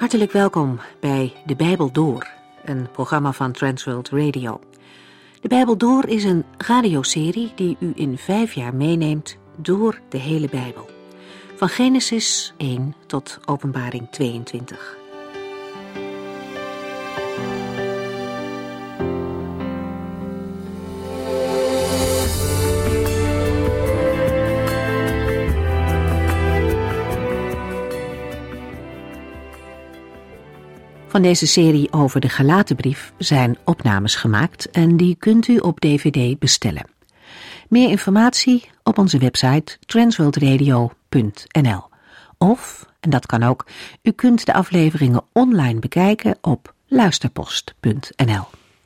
Hartelijk welkom bij De Bijbel Door, een programma van Transworld Radio. De Bijbel Door is een radioserie die u in 5 jaar meeneemt door de hele Bijbel. Van Genesis 1 tot Openbaring 22. Van deze serie over de Galatenbrief zijn opnames gemaakt en die kunt u op DVD bestellen. Meer informatie op onze website transworldradio.nl. Of, en dat kan ook, u kunt de afleveringen online bekijken op luisterpost.nl.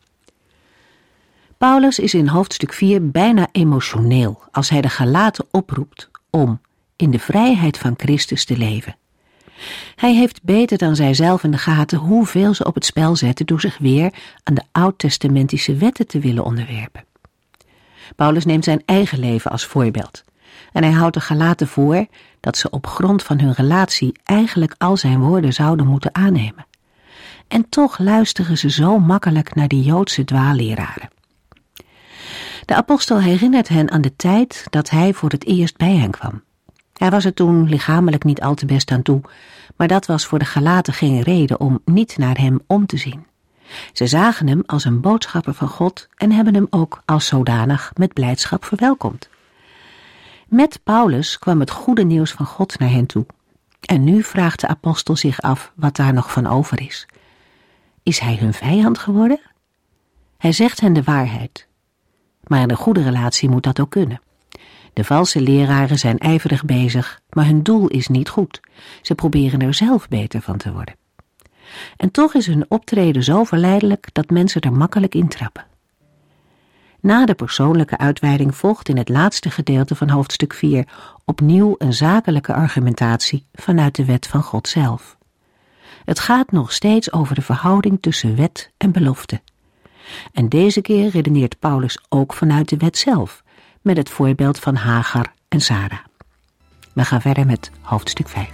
Paulus is in hoofdstuk 4 bijna emotioneel als hij de Galaten oproept om in de vrijheid van Christus te leven. Hij heeft beter dan zijzelf in de gaten hoeveel ze op het spel zetten door zich weer aan de oud-testamentische wetten te willen onderwerpen. Paulus neemt zijn eigen leven als voorbeeld en hij houdt de Galaten voor dat ze op grond van hun relatie eigenlijk al zijn woorden zouden moeten aannemen. En toch luisteren ze zo makkelijk naar die Joodse dwaalleraren. De apostel herinnert hen aan de tijd dat hij voor het eerst bij hen kwam. Hij was er toen lichamelijk niet al te best aan toe, maar dat was voor de Galaten geen reden om niet naar hem om te zien. Ze zagen hem als een boodschapper van God en hebben hem ook als zodanig met blijdschap verwelkomd. Met Paulus kwam het goede nieuws van God naar hen toe. En nu vraagt de apostel zich af wat daar nog van over is. Is hij hun vijand geworden? Hij zegt hen de waarheid. Maar in een goede relatie moet dat ook kunnen. De valse leraren zijn ijverig bezig, maar hun doel is niet goed. Ze proberen er zelf beter van te worden. En toch is hun optreden zo verleidelijk dat mensen er makkelijk intrappen. Na de persoonlijke uitweiding volgt in het laatste gedeelte van hoofdstuk 4 opnieuw een zakelijke argumentatie vanuit de wet van God zelf. Het gaat nog steeds over de verhouding tussen wet en belofte. En deze keer redeneert Paulus ook vanuit de wet zelf, met het voorbeeld van Hagar en Sara. We gaan verder met hoofdstuk 5.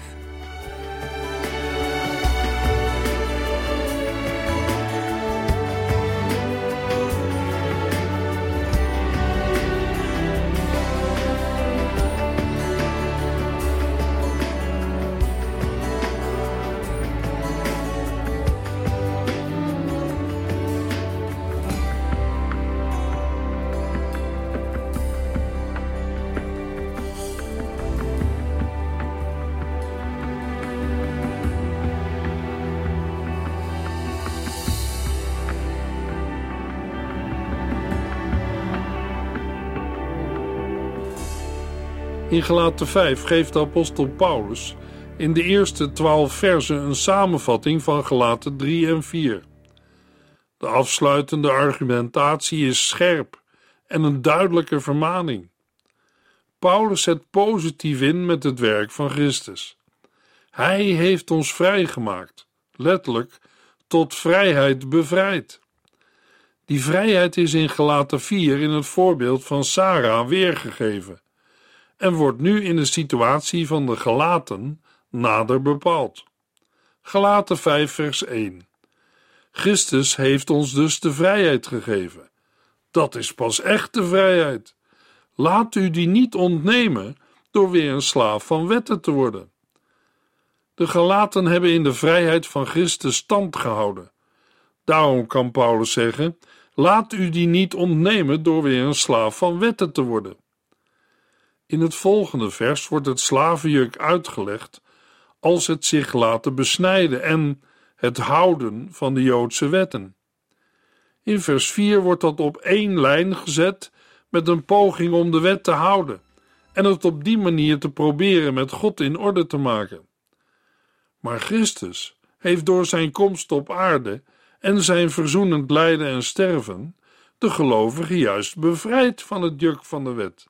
In Galaten 5 geeft de apostel Paulus in de eerste 12 versen een samenvatting van Galaten 3 en 4. De afsluitende argumentatie is scherp en een duidelijke vermaning. Paulus zet positief in met het werk van Christus. Hij heeft ons vrijgemaakt, letterlijk tot vrijheid bevrijd. Die vrijheid is in Galaten 4 in het voorbeeld van Sara weergegeven en wordt nu in de situatie van de Galaten nader bepaald. Galaten 5 vers 1. Christus heeft ons dus de vrijheid gegeven. Dat is pas echte vrijheid. Laat u die niet ontnemen door weer een slaaf van wetten te worden. De Galaten hebben in de vrijheid van Christus stand gehouden. Daarom kan Paulus zeggen: laat u die niet ontnemen door weer een slaaf van wetten te worden. In het volgende vers wordt het slavenjuk uitgelegd als het zich laten besnijden en het houden van de Joodse wetten. In vers 4 wordt dat op één lijn gezet met een poging om de wet te houden en het op die manier te proberen met God in orde te maken. Maar Christus heeft door zijn komst op aarde en zijn verzoenend lijden en sterven de gelovigen juist bevrijd van het juk van de wet.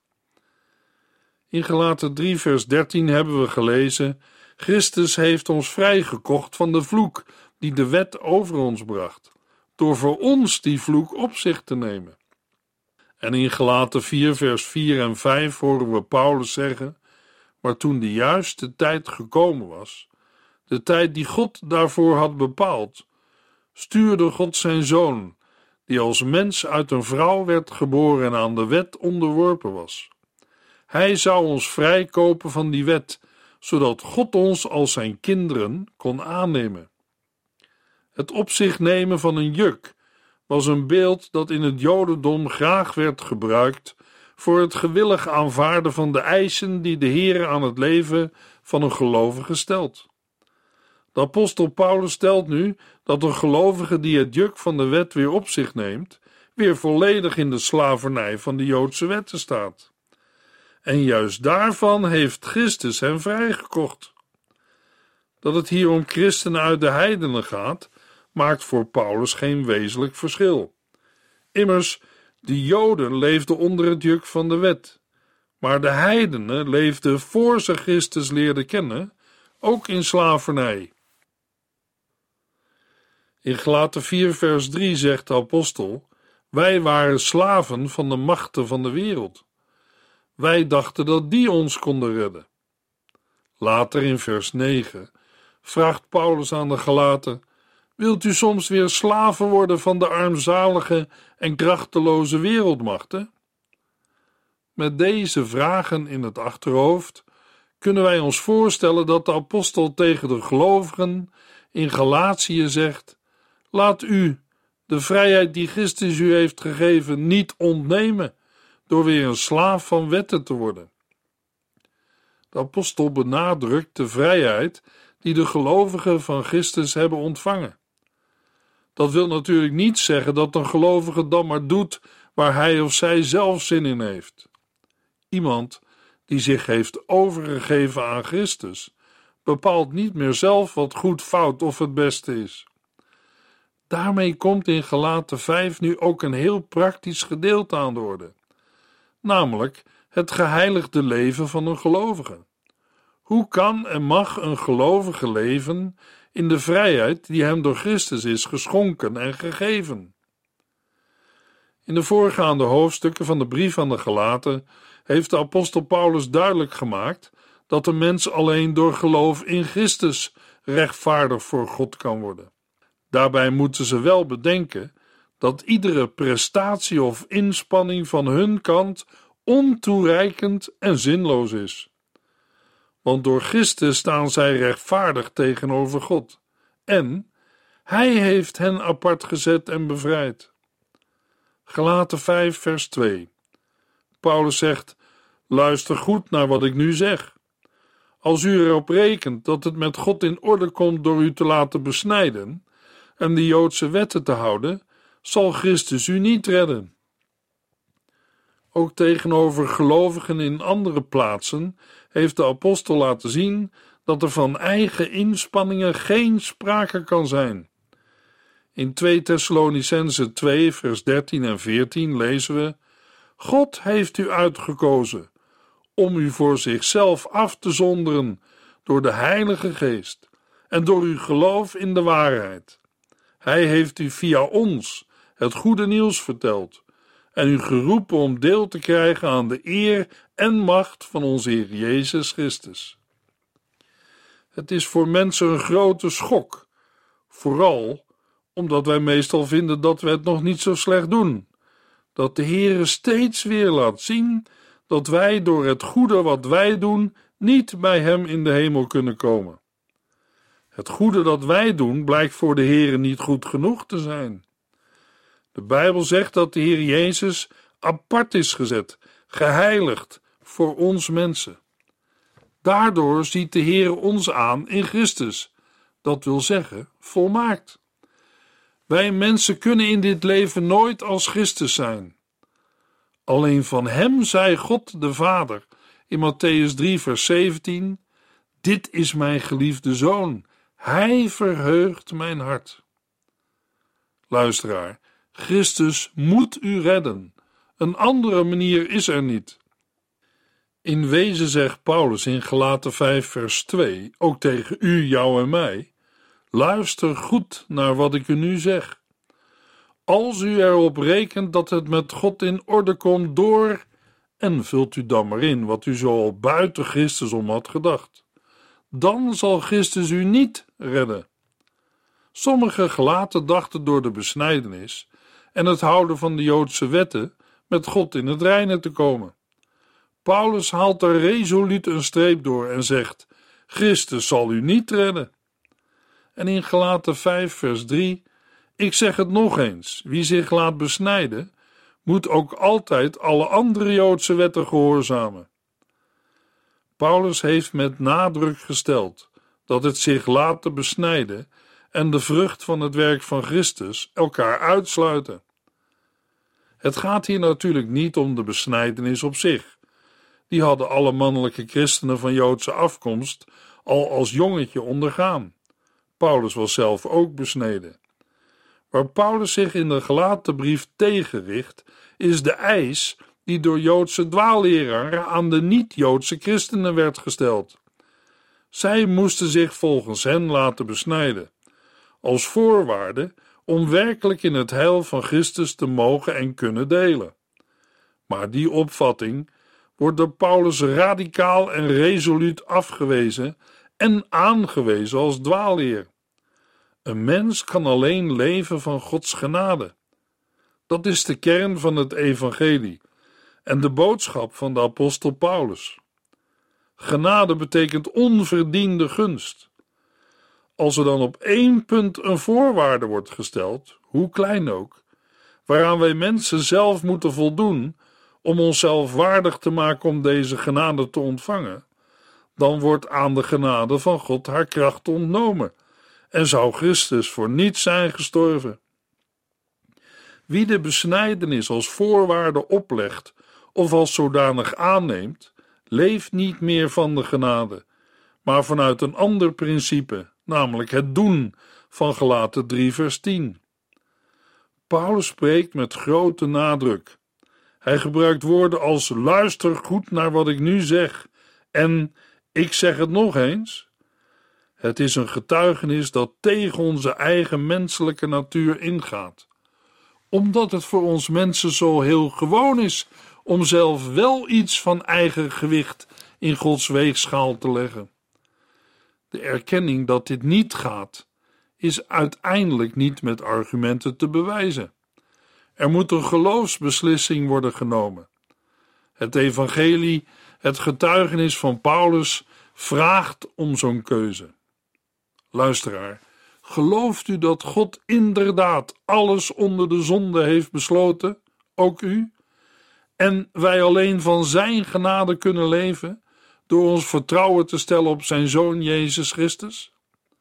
In Galaten 3 vers 13 hebben we gelezen: Christus heeft ons vrijgekocht van de vloek die de wet over ons bracht, door voor ons die vloek op zich te nemen. En in Galaten 4 vers 4 en 5 horen we Paulus zeggen: maar toen de juiste tijd gekomen was, de tijd die God daarvoor had bepaald, stuurde God zijn Zoon, die als mens uit een vrouw werd geboren en aan de wet onderworpen was. Hij zou ons vrijkopen van die wet, zodat God ons als zijn kinderen kon aannemen. Het op zich nemen van een juk was een beeld dat in het Jodendom graag werd gebruikt voor het gewillig aanvaarden van de eisen die de Heer aan het leven van een gelovige stelt. De apostel Paulus stelt nu dat een gelovige die het juk van de wet weer op zich neemt, weer volledig in de slavernij van de Joodse wetten staat. En juist daarvan heeft Christus hem vrijgekocht. Dat het hier om christenen uit de heidenen gaat, maakt voor Paulus geen wezenlijk verschil. Immers, de Joden leefden onder het juk van de wet, maar de heidenen leefden voor ze Christus leerden kennen, ook in slavernij. In Galaten 4 vers 3 zegt de apostel: wij waren slaven van de machten van de wereld. Wij dachten dat die ons konden redden. Later in vers 9 vraagt Paulus aan de Galaten: wilt u soms weer slaven worden van de armzalige en krachteloze wereldmachten? Met deze vragen in het achterhoofd kunnen wij ons voorstellen dat de apostel tegen de gelovigen in Galatië zegt: laat u de vrijheid die Christus u heeft gegeven niet ontnemen door weer een slaaf van wetten te worden. De apostel benadrukt de vrijheid die de gelovigen van Christus hebben ontvangen. Dat wil natuurlijk niet zeggen dat een gelovige dan maar doet waar hij of zij zelf zin in heeft. Iemand die zich heeft overgegeven aan Christus bepaalt niet meer zelf wat goed, fout of het beste is. Daarmee komt in Galaten 5 nu ook een heel praktisch gedeelte aan de orde, namelijk het geheiligde leven van een gelovige. Hoe kan en mag een gelovige leven in de vrijheid die hem door Christus is geschonken en gegeven? In de voorgaande hoofdstukken van de brief aan de Galaten heeft de apostel Paulus duidelijk gemaakt dat de mens alleen door geloof in Christus rechtvaardig voor God kan worden. Daarbij moeten ze wel bedenken dat iedere prestatie of inspanning van hun kant ontoereikend en zinloos is. Want door Christus staan zij rechtvaardig tegenover God. En Hij heeft hen apart gezet en bevrijd. Galaten 5 vers 2. Paulus zegt: luister goed naar wat ik nu zeg. Als u erop rekent dat het met God in orde komt door u te laten besnijden en de Joodse wetten te houden, zal Christus u niet redden. Ook tegenover gelovigen in andere plaatsen heeft de apostel laten zien dat er van eigen inspanningen geen sprake kan zijn. In 2 Thessalonicenzen 2 vers 13 en 14 lezen we: God heeft u uitgekozen om u voor zichzelf af te zonderen door de Heilige Geest en door uw geloof in de waarheid. Hij heeft u via ons het goede nieuws verteld en u geroepen om deel te krijgen aan de eer en macht van onze Heer Jezus Christus. Het is voor mensen een grote schok, vooral omdat wij meestal vinden dat we het nog niet zo slecht doen, dat de Heere steeds weer laat zien dat wij door het goede wat wij doen niet bij Hem in de hemel kunnen komen. Het goede dat wij doen blijkt voor de Heere niet goed genoeg te zijn. De Bijbel zegt dat de Heer Jezus apart is gezet, geheiligd voor ons mensen. Daardoor ziet de Heer ons aan in Christus, dat wil zeggen volmaakt. Wij mensen kunnen in dit leven nooit als Christus zijn. Alleen van Hem zei God de Vader in Mattheüs 3 vers 17: dit is mijn geliefde Zoon, Hij verheugt mijn hart. Luisteraar, Christus moet u redden. Een andere manier is er niet. In wezen zegt Paulus in Galaten 5 vers 2, ook tegen u, jou en mij: luister goed naar wat ik u nu zeg. Als u erop rekent dat het met God in orde komt door, en vult u dan maar in wat u zo al buiten Christus om had gedacht, dan zal Christus u niet redden. Sommige gelaten dachten door de besnijdenis en het houden van de Joodse wetten met God in het reine te komen. Paulus haalt daar resoluut een streep door en zegt: Christus zal u niet redden. En in Galaten 5 vers 3: Ik zeg het nog eens, wie zich laat besnijden, moet ook altijd alle andere Joodse wetten gehoorzamen. Paulus heeft met nadruk gesteld dat het zich laten besnijden en de vrucht van het werk van Christus elkaar uitsluiten. Het gaat hier natuurlijk niet om de besnijdenis op zich. Die hadden alle mannelijke christenen van Joodse afkomst al als jongetje ondergaan. Paulus was zelf ook besneden. Waar Paulus zich in de Galatenbrief tegen richt, is de eis die door Joodse dwaalleraren aan de niet-Joodse christenen werd gesteld. Zij moesten zich volgens hen laten besnijden, als voorwaarde om werkelijk in het heil van Christus te mogen en kunnen delen. Maar die opvatting wordt door Paulus radicaal en resoluut afgewezen en aangewezen als dwaalleer. Een mens kan alleen leven van Gods genade. Dat is de kern van het evangelie en de boodschap van de apostel Paulus. Genade betekent onverdiende gunst. Als er dan op één punt een voorwaarde wordt gesteld, hoe klein ook, waaraan wij mensen zelf moeten voldoen om onszelf waardig te maken om deze genade te ontvangen, dan wordt aan de genade van God haar kracht ontnomen en zou Christus voor niets zijn gestorven. Wie de besnijdenis als voorwaarde oplegt of als zodanig aanneemt, leeft niet meer van de genade, maar vanuit een ander principe, namelijk het doen van Galaten 3 vers 10. Paulus spreekt met grote nadruk. Hij gebruikt woorden als luister goed naar wat ik nu zeg en ik zeg het nog eens. Het is een getuigenis dat tegen onze eigen menselijke natuur ingaat, omdat het voor ons mensen zo heel gewoon is om zelf wel iets van eigen gewicht in Gods weegschaal te leggen. De erkenning dat dit niet gaat, is uiteindelijk niet met argumenten te bewijzen. Er moet een geloofsbeslissing worden genomen. Het evangelie, het getuigenis van Paulus, vraagt om zo'n keuze. Luisteraar, gelooft u dat God inderdaad alles onder de zonde heeft besloten, ook u? En wij alleen van zijn genade kunnen leven, door ons vertrouwen te stellen op zijn Zoon Jezus Christus?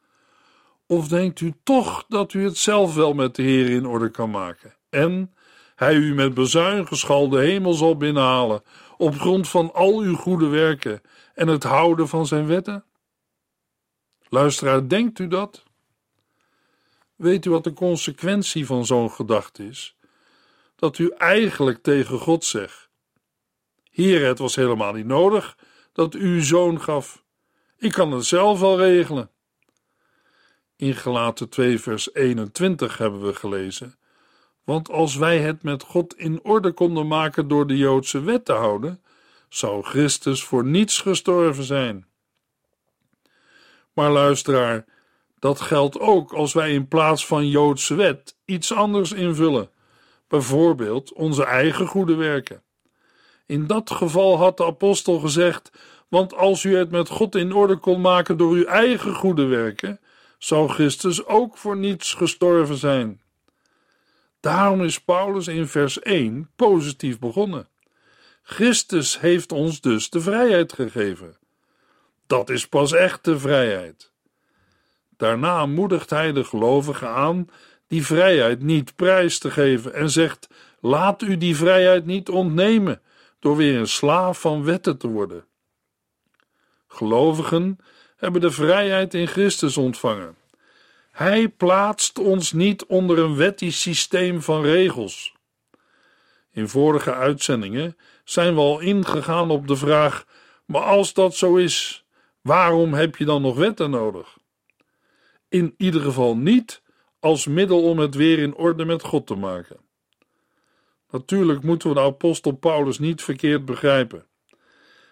Of denkt u toch dat u het zelf wel met de Heer in orde kan maken en hij u met bazuingeschal de hemel zal binnenhalen op grond van al uw goede werken en het houden van zijn wetten? Luisteraar, denkt u dat? Weet u wat de consequentie van zo'n gedachte is? Dat u eigenlijk tegen God zegt: Heer, het was helemaal niet nodig dat u uw zoon gaf. Ik kan het zelf wel regelen. In Galaten 2 vers 21 hebben we gelezen: Want als wij het met God in orde konden maken door de Joodse wet te houden, zou Christus voor niets gestorven zijn. Maar luisteraar, dat geldt ook als wij in plaats van Joodse wet iets anders invullen, bijvoorbeeld onze eigen goede werken. In dat geval had de apostel gezegd: want als u het met God in orde kon maken door uw eigen goede werken, zou Christus ook voor niets gestorven zijn. Daarom is Paulus in vers 1 positief begonnen. Christus heeft ons dus de vrijheid gegeven. Dat is pas echte vrijheid. Daarna moedigt hij de gelovigen aan die vrijheid niet prijs te geven en zegt: laat u die vrijheid niet ontnemen door weer een slaaf van wetten te worden. Gelovigen hebben de vrijheid in Christus ontvangen. Hij plaatst ons niet onder een wettisch systeem van regels. In vorige uitzendingen zijn we al ingegaan op de vraag: maar als dat zo is, waarom heb je dan nog wetten nodig? In ieder geval niet als middel om het weer in orde met God te maken. Natuurlijk moeten we de apostel Paulus niet verkeerd begrijpen.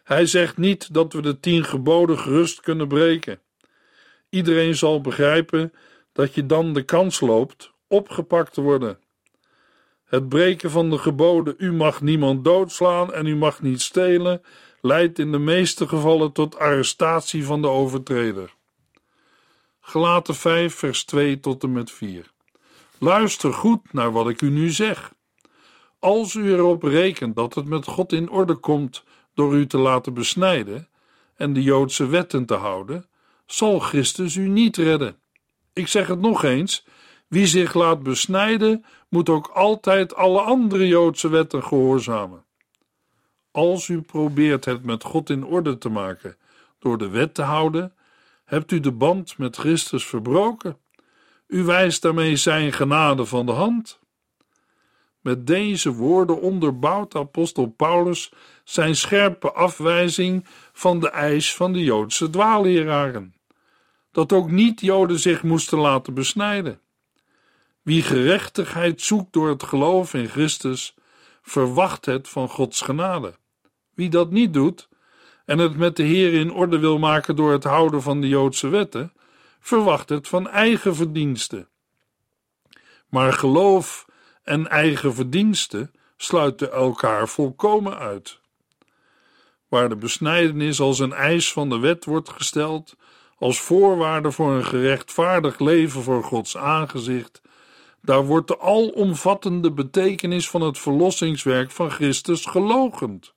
Hij zegt niet dat we de 10 geboden gerust kunnen breken. Iedereen zal begrijpen dat je dan de kans loopt opgepakt te worden. Het breken van de geboden, u mag niemand doodslaan en u mag niet stelen, leidt in de meeste gevallen tot arrestatie van de overtreder. Galaten 5 vers 2 tot en met 4. Luister goed naar wat ik u nu zeg. Als u erop rekent dat het met God in orde komt door u te laten besnijden en de Joodse wetten te houden, zal Christus u niet redden. Ik zeg het nog eens, wie zich laat besnijden, moet ook altijd alle andere Joodse wetten gehoorzamen. Als u probeert het met God in orde te maken door de wet te houden, hebt u de band met Christus verbroken. U wijst daarmee zijn genade van de hand. Met deze woorden onderbouwt apostel Paulus zijn scherpe afwijzing van de eis van de Joodse dwaalleraren, dat ook niet-Joden zich moesten laten besnijden. Wie gerechtigheid zoekt door het geloof in Christus, verwacht het van Gods genade. Wie dat niet doet en het met de Heer in orde wil maken door het houden van de Joodse wetten, verwacht het van eigen verdiensten. Maar geloof en eigen verdiensten sluiten elkaar volkomen uit. Waar de besnijdenis als een eis van de wet wordt gesteld, als voorwaarde voor een gerechtvaardigd leven voor Gods aangezicht, daar wordt de alomvattende betekenis van het verlossingswerk van Christus geloochend.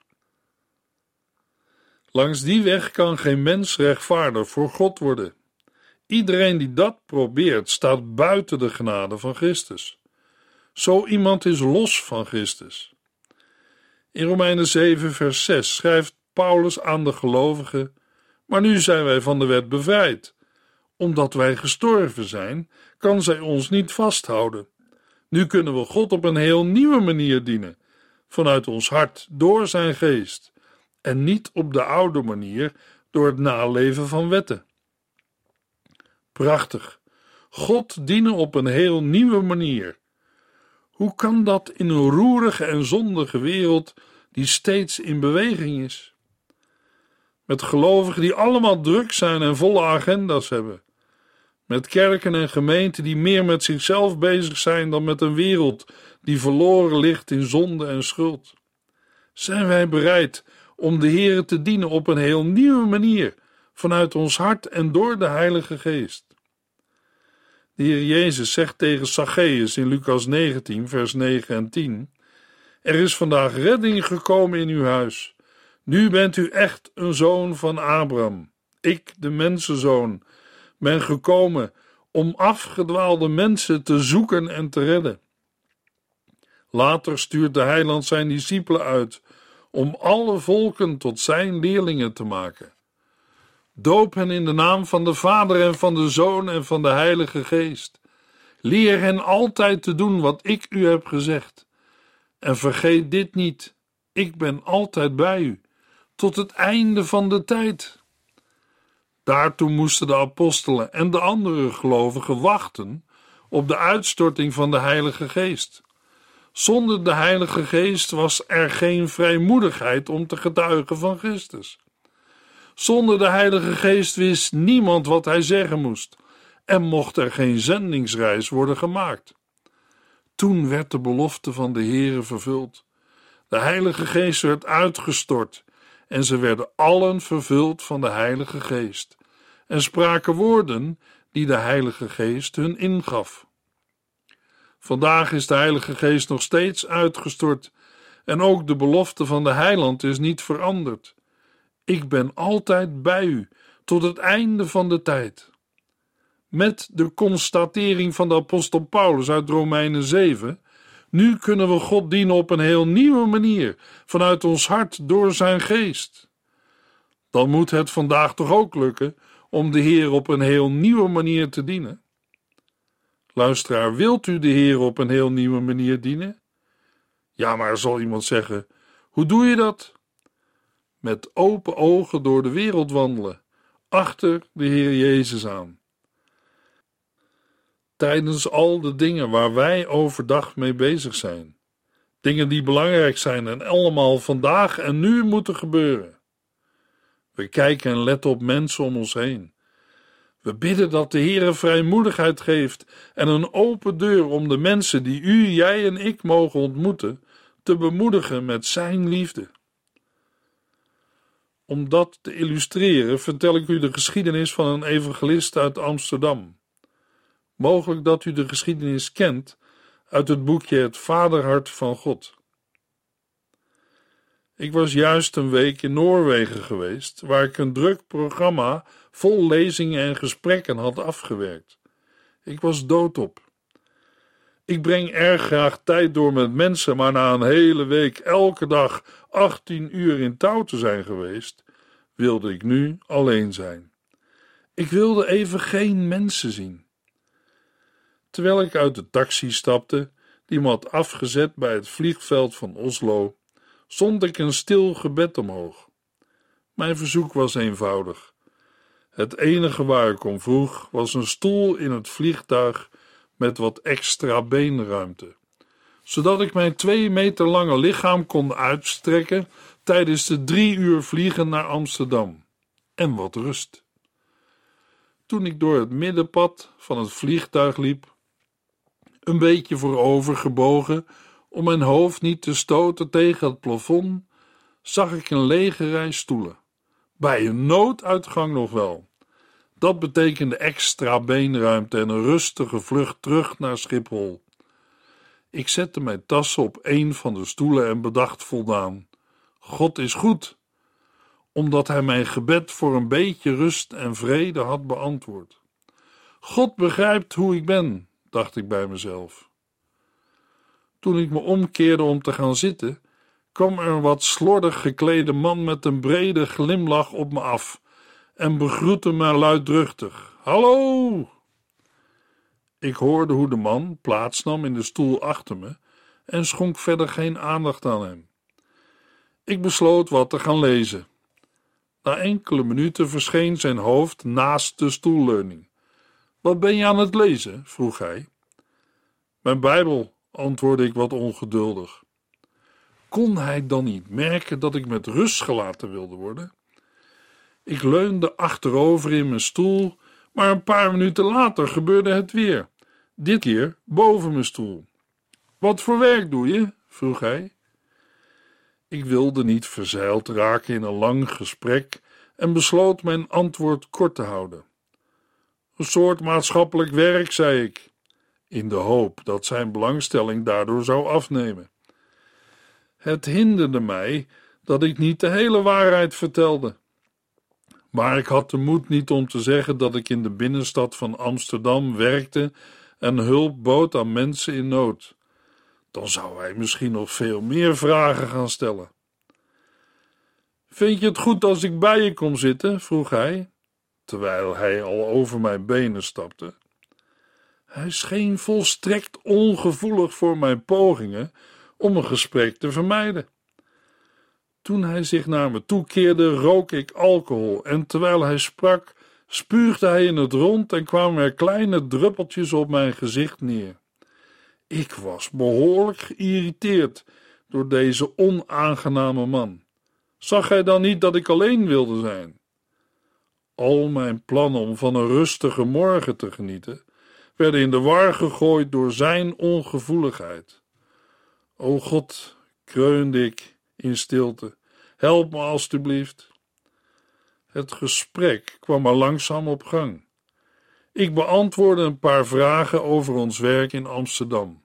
Langs die weg kan geen mens rechtvaardig voor God worden. Iedereen die dat probeert, staat buiten de genade van Christus. Zo iemand is los van Christus. In Romeinen 7 vers 6 schrijft Paulus aan de gelovigen: maar nu zijn wij van de wet bevrijd. Omdat wij gestorven zijn, kan zij ons niet vasthouden. Nu kunnen we God op een heel nieuwe manier dienen, vanuit ons hart door zijn geest, en niet op de oude manier door het naleven van wetten. Prachtig. God dienen op een heel nieuwe manier. Hoe kan dat in een roerige en zondige wereld die steeds in beweging is? Met gelovigen die allemaal druk zijn en volle agenda's hebben. Met kerken en gemeenten die meer met zichzelf bezig zijn dan met een wereld die verloren ligt in zonde en schuld. Zijn wij bereid om de Heere te dienen op een heel nieuwe manier, vanuit ons hart en door de Heilige Geest? De Heer Jezus zegt tegen Zacchaeus in Lucas 19, vers 9 en 10: er is vandaag redding gekomen in uw huis. Nu bent u echt een zoon van Abraham. Ik, de mensenzoon, ben gekomen om afgedwaalde mensen te zoeken en te redden. Later stuurt de Heiland zijn discipelen uit om alle volken tot zijn leerlingen te maken. Doop hen in de naam van de Vader en van de Zoon en van de Heilige Geest. Leer hen altijd te doen wat ik u heb gezegd. En vergeet dit niet, ik ben altijd bij u, tot het einde van de tijd. Daartoe moesten de apostelen en de andere gelovigen wachten op de uitstorting van de Heilige Geest. Zonder de Heilige Geest was er geen vrijmoedigheid om te getuigen van Christus. Zonder de Heilige Geest wist niemand wat hij zeggen moest en mocht er geen zendingsreis worden gemaakt. Toen werd de belofte van de Heere vervuld. De Heilige Geest werd uitgestort en ze werden allen vervuld van de Heilige Geest en spraken woorden die de Heilige Geest hun ingaf. Vandaag is de Heilige Geest nog steeds uitgestort en ook de belofte van de Heiland is niet veranderd. Ik ben altijd bij u tot het einde van de tijd. Met de constatering van de apostel Paulus uit Romeinen 7, nu kunnen we God dienen op een heel nieuwe manier, vanuit ons hart door zijn geest. Dan moet het vandaag toch ook lukken om de Heer op een heel nieuwe manier te dienen? Luisteraar, wilt u de Heer op een heel nieuwe manier dienen? Ja, maar zal iemand zeggen, hoe doe je dat? Met open ogen door de wereld wandelen, achter de Heer Jezus aan. Tijdens al de dingen waar wij overdag mee bezig zijn. Dingen die belangrijk zijn en allemaal vandaag en nu moeten gebeuren. We kijken en letten op mensen om ons heen. We bidden dat de Heere vrijmoedigheid geeft en een open deur om de mensen die u, jij en ik mogen ontmoeten, te bemoedigen met zijn liefde. Om dat te illustreren vertel ik u de geschiedenis van een evangelist uit Amsterdam. Mogelijk dat u de geschiedenis kent uit het boekje Het Vaderhart van God. Ik was juist een week in Noorwegen geweest, waar ik een druk programma vol lezingen en gesprekken had afgewerkt. Ik was doodop. Ik breng erg graag tijd door met mensen, maar na een hele week elke dag 18 uur in touw te zijn geweest, wilde ik nu alleen zijn. Ik wilde even geen mensen zien. Terwijl ik uit de taxi stapte, die me had afgezet bij het vliegveld van Oslo, zond ik een stil gebed omhoog. Mijn verzoek was eenvoudig. Het enige waar ik om vroeg was een stoel in het vliegtuig met wat extra beenruimte, zodat ik mijn 2 meter lange lichaam kon uitstrekken tijdens de 3 uur vliegen naar Amsterdam. En wat rust. Toen ik door het middenpad van het vliegtuig liep, een beetje voorover gebogen om mijn hoofd niet te stoten tegen het plafond, zag ik een lege rij stoelen. Bij een nooduitgang nog wel. Dat betekende extra beenruimte en een rustige vlucht terug naar Schiphol. Ik zette mijn tassen op een van de stoelen en bedacht voldaan: God is goed, omdat hij mijn gebed voor een beetje rust en vrede had beantwoord. God begrijpt hoe ik ben, dacht ik bij mezelf. Toen ik me omkeerde om te gaan zitten, kwam er een wat slordig geklede man met een brede glimlach op me af en begroette me luidruchtig: Hallo! Ik hoorde hoe de man plaatsnam in de stoel achter me en schonk verder geen aandacht aan hem. Ik besloot wat te gaan lezen. Na enkele minuten verscheen zijn hoofd naast de stoelleuning. Wat ben je aan het lezen? Vroeg hij. Mijn Bijbel, antwoordde ik wat ongeduldig. Kon hij dan niet merken dat ik met rust gelaten wilde worden? Ik leunde achterover in mijn stoel, maar een paar minuten later gebeurde het weer. Dit keer boven mijn stoel. Wat voor werk doe je? Vroeg hij. Ik wilde niet verzeild raken in een lang gesprek en besloot mijn antwoord kort te houden. Een soort maatschappelijk werk, zei ik, in de hoop dat zijn belangstelling daardoor zou afnemen. Het hinderde mij dat ik niet de hele waarheid vertelde. Maar ik had de moed niet om te zeggen dat ik in de binnenstad van Amsterdam werkte en hulp bood aan mensen in nood. Dan zou hij misschien nog veel meer vragen gaan stellen. Vind je het goed als ik bij je kom zitten? Vroeg hij, terwijl hij al over mijn benen stapte. Hij scheen volstrekt ongevoelig voor mijn pogingen om een gesprek te vermijden. Toen hij zich naar me toekeerde, rook ik alcohol en terwijl hij sprak, spuugde hij in het rond en kwamen er kleine druppeltjes op mijn gezicht neer. Ik was behoorlijk geïrriteerd door deze onaangename man. Zag hij dan niet dat ik alleen wilde zijn? Al mijn plannen om van een rustige morgen te genieten, werden in de war gegooid door zijn ongevoeligheid. O God, kreunde ik in stilte, help me alstublieft. Het gesprek kwam maar langzaam op gang. Ik beantwoordde een paar vragen over ons werk in Amsterdam.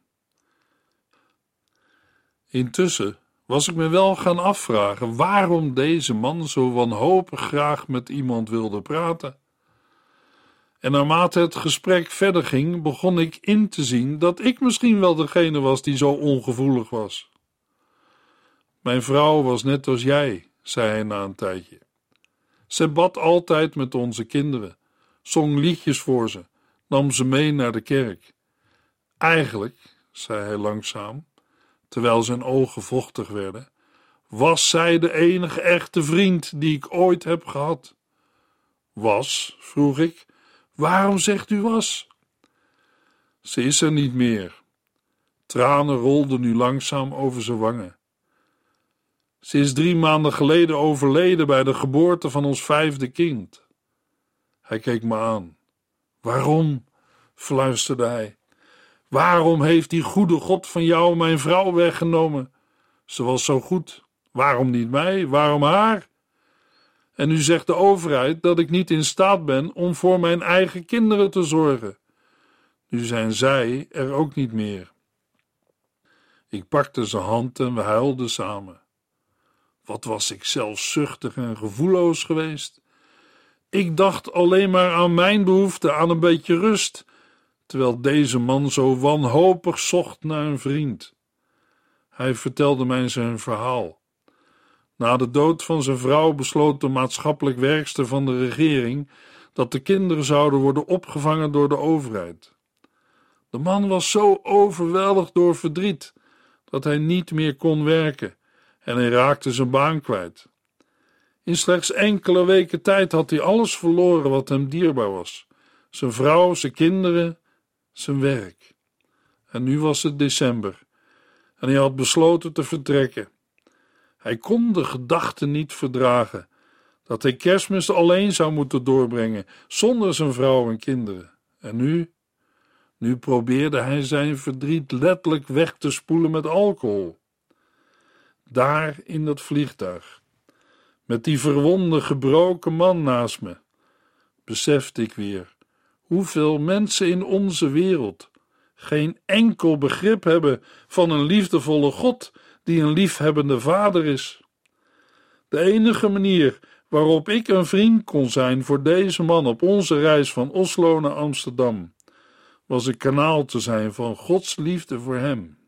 Intussen was ik me wel gaan afvragen waarom deze man zo wanhopig graag met iemand wilde praten. En naarmate het gesprek verder ging, begon ik in te zien dat ik misschien wel degene was die zo ongevoelig was. Mijn vrouw was net als jij, zei hij na een tijdje. Ze bad altijd met onze kinderen, zong liedjes voor ze, nam ze mee naar de kerk. Eigenlijk, zei hij langzaam, terwijl zijn ogen vochtig werden, was zij de enige echte vriend die ik ooit heb gehad. Was, vroeg ik, waarom zegt u was? Ze is er niet meer. Tranen rolden nu langzaam over zijn wangen. Ze is 3 maanden geleden overleden bij de geboorte van ons 5e kind. Hij keek me aan. Waarom? Fluisterde hij. Waarom heeft die goede God van jou mijn vrouw weggenomen? Ze was zo goed. Waarom niet mij? Waarom haar? En nu zegt de overheid dat ik niet in staat ben om voor mijn eigen kinderen te zorgen. Nu zijn zij er ook niet meer. Ik pakte zijn hand en we huilden samen. Wat was ik zelfzuchtig en gevoelloos geweest. Ik dacht alleen maar aan mijn behoefte aan een beetje rust, terwijl deze man zo wanhopig zocht naar een vriend. Hij vertelde mij zijn verhaal. Na de dood van zijn vrouw besloot de maatschappelijk werkster van de regering dat de kinderen zouden worden opgevangen door de overheid. De man was zo overweldigd door verdriet dat hij niet meer kon werken en hij raakte zijn baan kwijt. In slechts enkele weken tijd had hij alles verloren wat hem dierbaar was: zijn vrouw, zijn kinderen, zijn werk. En nu was het december en hij had besloten te vertrekken. Hij kon de gedachte niet verdragen dat hij Kerstmis alleen zou moeten doorbrengen, zonder zijn vrouw en kinderen. En nu probeerde hij zijn verdriet letterlijk weg te spoelen met alcohol. Daar in dat vliegtuig, met die verwonde, gebroken man naast me, besefte ik weer hoeveel mensen in onze wereld geen enkel begrip hebben van een liefdevolle God die een liefhebbende vader is. De enige manier waarop ik een vriend kon zijn voor deze man op onze reis van Oslo naar Amsterdam, was een kanaal te zijn van Gods liefde voor hem.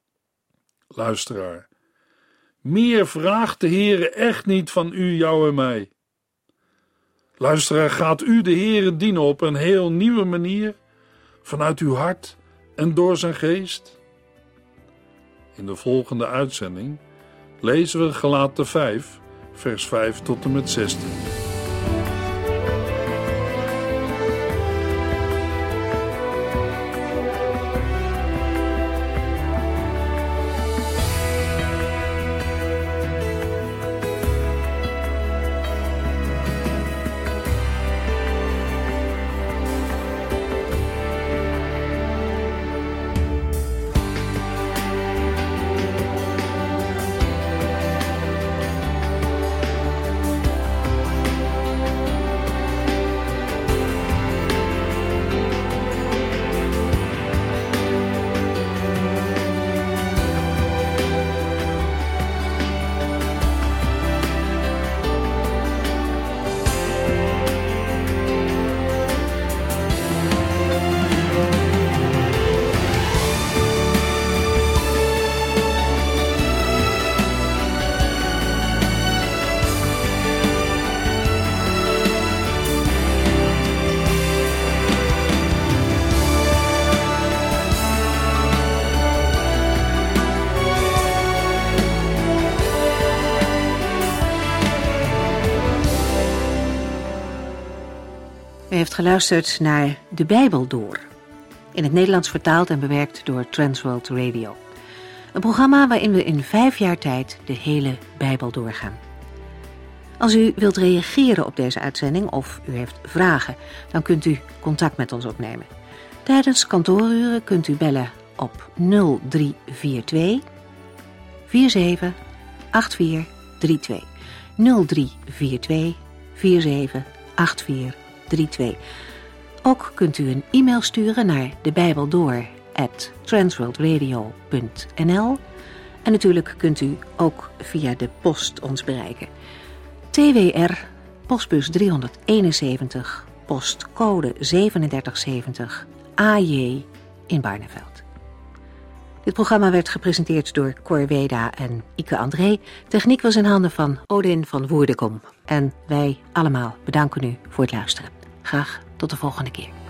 Luisteraar, meer vraagt de Heere echt niet van u, jou en mij. Luisteraar, gaat u de Heere dienen op een heel nieuwe manier, vanuit uw hart en door zijn geest? In de volgende uitzending lezen we Galaten 5, vers 5 tot en met 16. U heeft geluisterd naar De Bijbel Door, in het Nederlands vertaald en bewerkt door Transworld Radio. Een programma waarin we in 5 jaar tijd de hele Bijbel doorgaan. Als u wilt reageren op deze uitzending of u heeft vragen, dan kunt u contact met ons opnemen. Tijdens kantooruren kunt u bellen op 0342 47 8432. 0342 47 8432. Ook kunt u een e-mail sturen naar debijbeldoor@transworldradio.nl en natuurlijk kunt u ook via de post ons bereiken. TWR, postbus 371, postcode 3770, AJ in Barneveld. Dit programma werd gepresenteerd door Cor Weda en Ike André. Techniek was in handen van Odin van Woerdekom. En wij allemaal bedanken u voor het luisteren. Graag tot de volgende keer.